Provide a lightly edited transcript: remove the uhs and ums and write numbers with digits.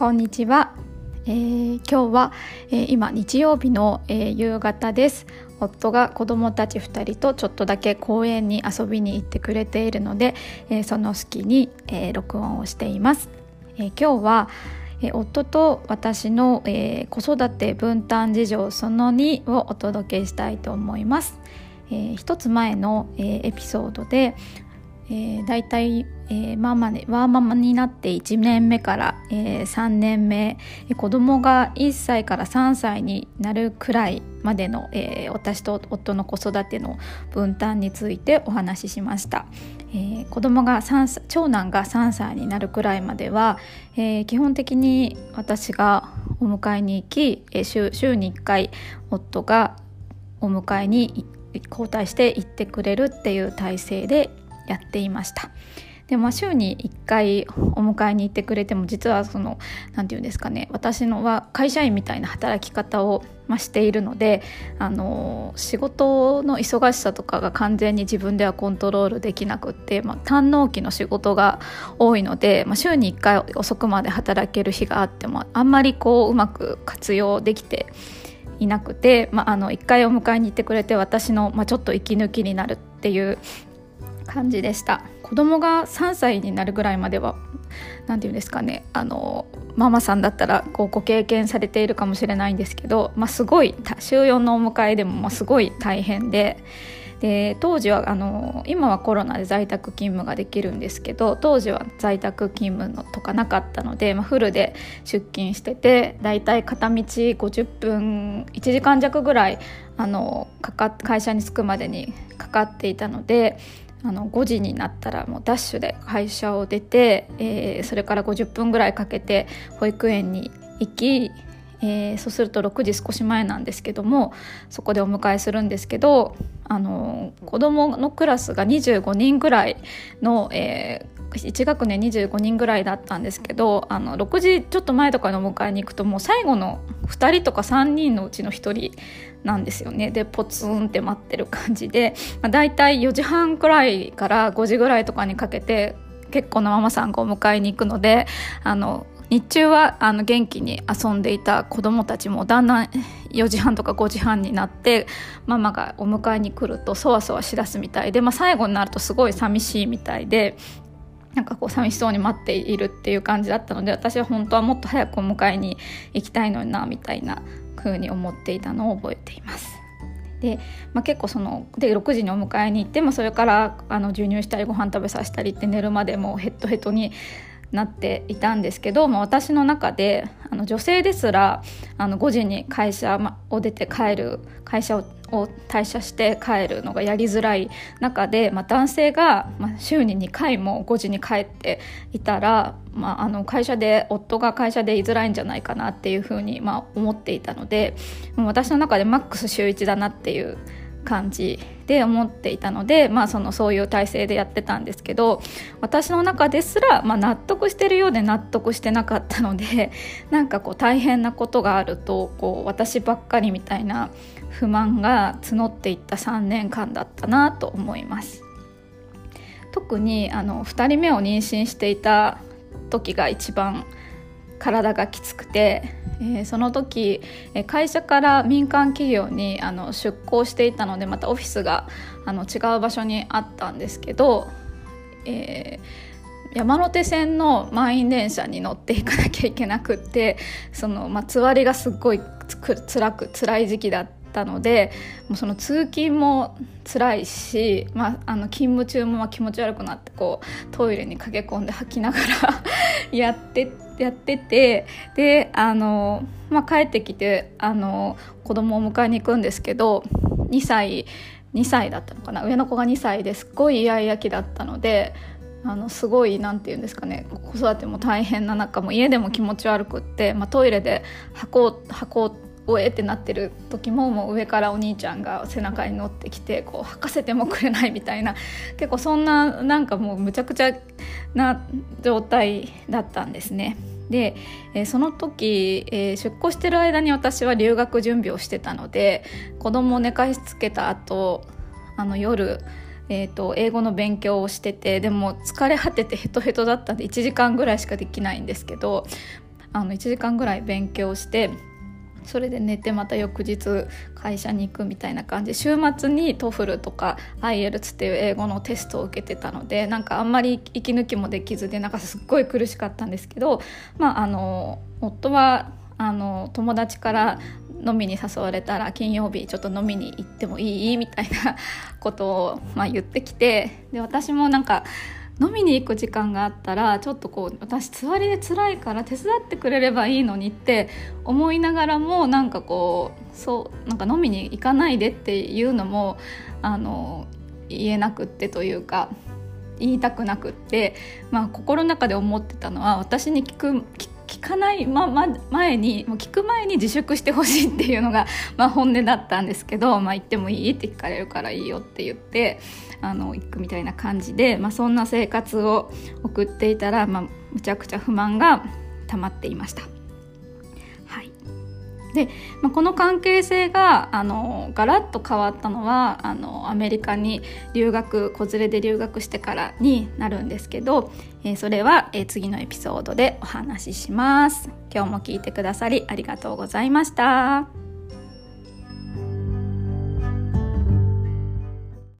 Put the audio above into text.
こんにちは。今日は、今日曜日の、夕方です。夫が子どもたち2人とちょっとだけ公園に遊びに行ってくれているので、その隙に、録音をしています。今日は、夫と私の、子育て分担事情その2をお届けしたいと思います。一つ前の、エピソードでだいたいワーママになって1年目から、3年目、子供が1歳から3歳になるくらいまでの、私と夫の子育ての分担についてお話ししました。長男が3歳になるくらいまでは、基本的に私がお迎えに行き、週に1回夫がお迎えに交代して行ってくれるっていう体制でやっていました。で、週に1回お迎えに行ってくれても、実はなんていうんですかね、私のは会社員みたいな働き方を、しているので、仕事の忙しさとかが完全に自分ではコントロールできなくって、短納期の仕事が多いので、週に1回遅くまで働ける日があってもあんまりうまく活用できていなくて、1回お迎えに行ってくれて私の、ちょっと息抜きになるっていう感じでした。子供が3歳になるぐらいまではなんていうんですかね、ママさんだったらご経験されているかもしれないんですけど、すごい週4のお迎えでもすごい大変で、当時は今はコロナで在宅勤務ができるんですけど、当時は在宅勤務のとかなかったので、フルで出勤してて、だいたい片道50分1時間弱ぐらい会社に着くまでにかかっていたので、5時になったらもうダッシュで会社を出て、それから50分ぐらいかけて保育園に行き、そうすると6時少し前なんですけども、そこでお迎えするんですけど、子どものクラスが25人ぐらいの、1学年25人ぐらいだったんですけど、6時ちょっと前とかにお迎えに行くともう最後の2人とか3人のうちの1人なんですよね。でポツンって待ってる感じで、だいたい4時半くらいから5時ぐらいとかにかけて結構なママさんがお迎えに行くので、日中は元気に遊んでいた子どもたちもだんだん4時半とか5時半になってママがお迎えに来るとそわそわしだすみたいで、最後になるとすごい寂しいみたいで、寂しそうに待っているっていう感じだったので、私は本当はもっと早くお迎えに行きたいのになみたいな風に思っていたのを覚えています。で、結構6時にお迎えに行って、それから授乳したりご飯食べさせたりって寝るまでもうヘトヘトになっていたんですけど、私の中で女性ですら5時に会社を出て帰る、会社を退社して帰るのがやりづらい中で、男性が週に2回も5時に帰っていたら、夫が会社で居づらいんじゃないかなっていうふうに思っていたので、私の中でマックス週1だなっていう感じで思っていたので、そういう体制でやってたんですけど、私の中ですら、納得してるようで納得してなかったので、大変なことがあると私ばっかりみたいな不満が募っていった3年間だったなと思います。特に2人目を妊娠していた時が一番体がきつくて、その時会社から民間企業に出向していたので、またオフィスが違う場所にあったんですけど、山手線の満員電車に乗っていかなきゃいけなくって、つわりがすっごい辛い時期だったので、もうその通勤も辛いし、勤務中も気持ち悪くなってトイレに駆け込んで吐きながらやってて、で帰ってきて子供を迎えに行くんですけど、2歳だったのかな、上の子が2歳ですっごいイヤイヤ期だったので、すごいなんていうんですかね、子育ても大変な中、も家でも気持ち悪くって、トイレで吐こうってなってる時も、もう上からお兄ちゃんが背中に乗ってきて吐かせてもくれないみたいな、結構そんなもうむちゃくちゃな状態だったんですね。で、その時、出向してる間に私は留学準備をしてたので、子供を寝かしつけた後夜英語の勉強をしてて、でも疲れ果ててヘトヘトだったんで1時間ぐらいしかできないんですけど、 1時間ぐらい勉強して、それで寝てまた翌日会社に行くみたいな感じで、週末にトフルとか IELTS っていう英語のテストを受けてたので、なんかあんまり息抜きもできずで、なんかすっごい苦しかったんですけど、夫は友達から飲みに誘われたら金曜日ちょっと飲みに行ってもいいみたいなことを言ってきて、で私もなんか飲みに行く時間があったらちょっと私座りで辛いから手伝ってくれればいいのにって思いながらも、なんかなんか飲みに行かないでっていうのも言えなくってというか言いたくなくって、心の中で思ってたのは、私に聞かない、前にもう聞く前に自粛してほしいっていうのが、本音だったんですけど、行ってもいいって聞かれるからいいよって言って行くみたいな感じで、そんな生活を送っていたら、むちゃくちゃ不満が溜まっていました。はい。で、この関係性がガラッと変わったのはアメリカに子連れで留学してからになるんですけど、それは次のエピソードでお話しします。今日も聞いてくださりありがとうございました。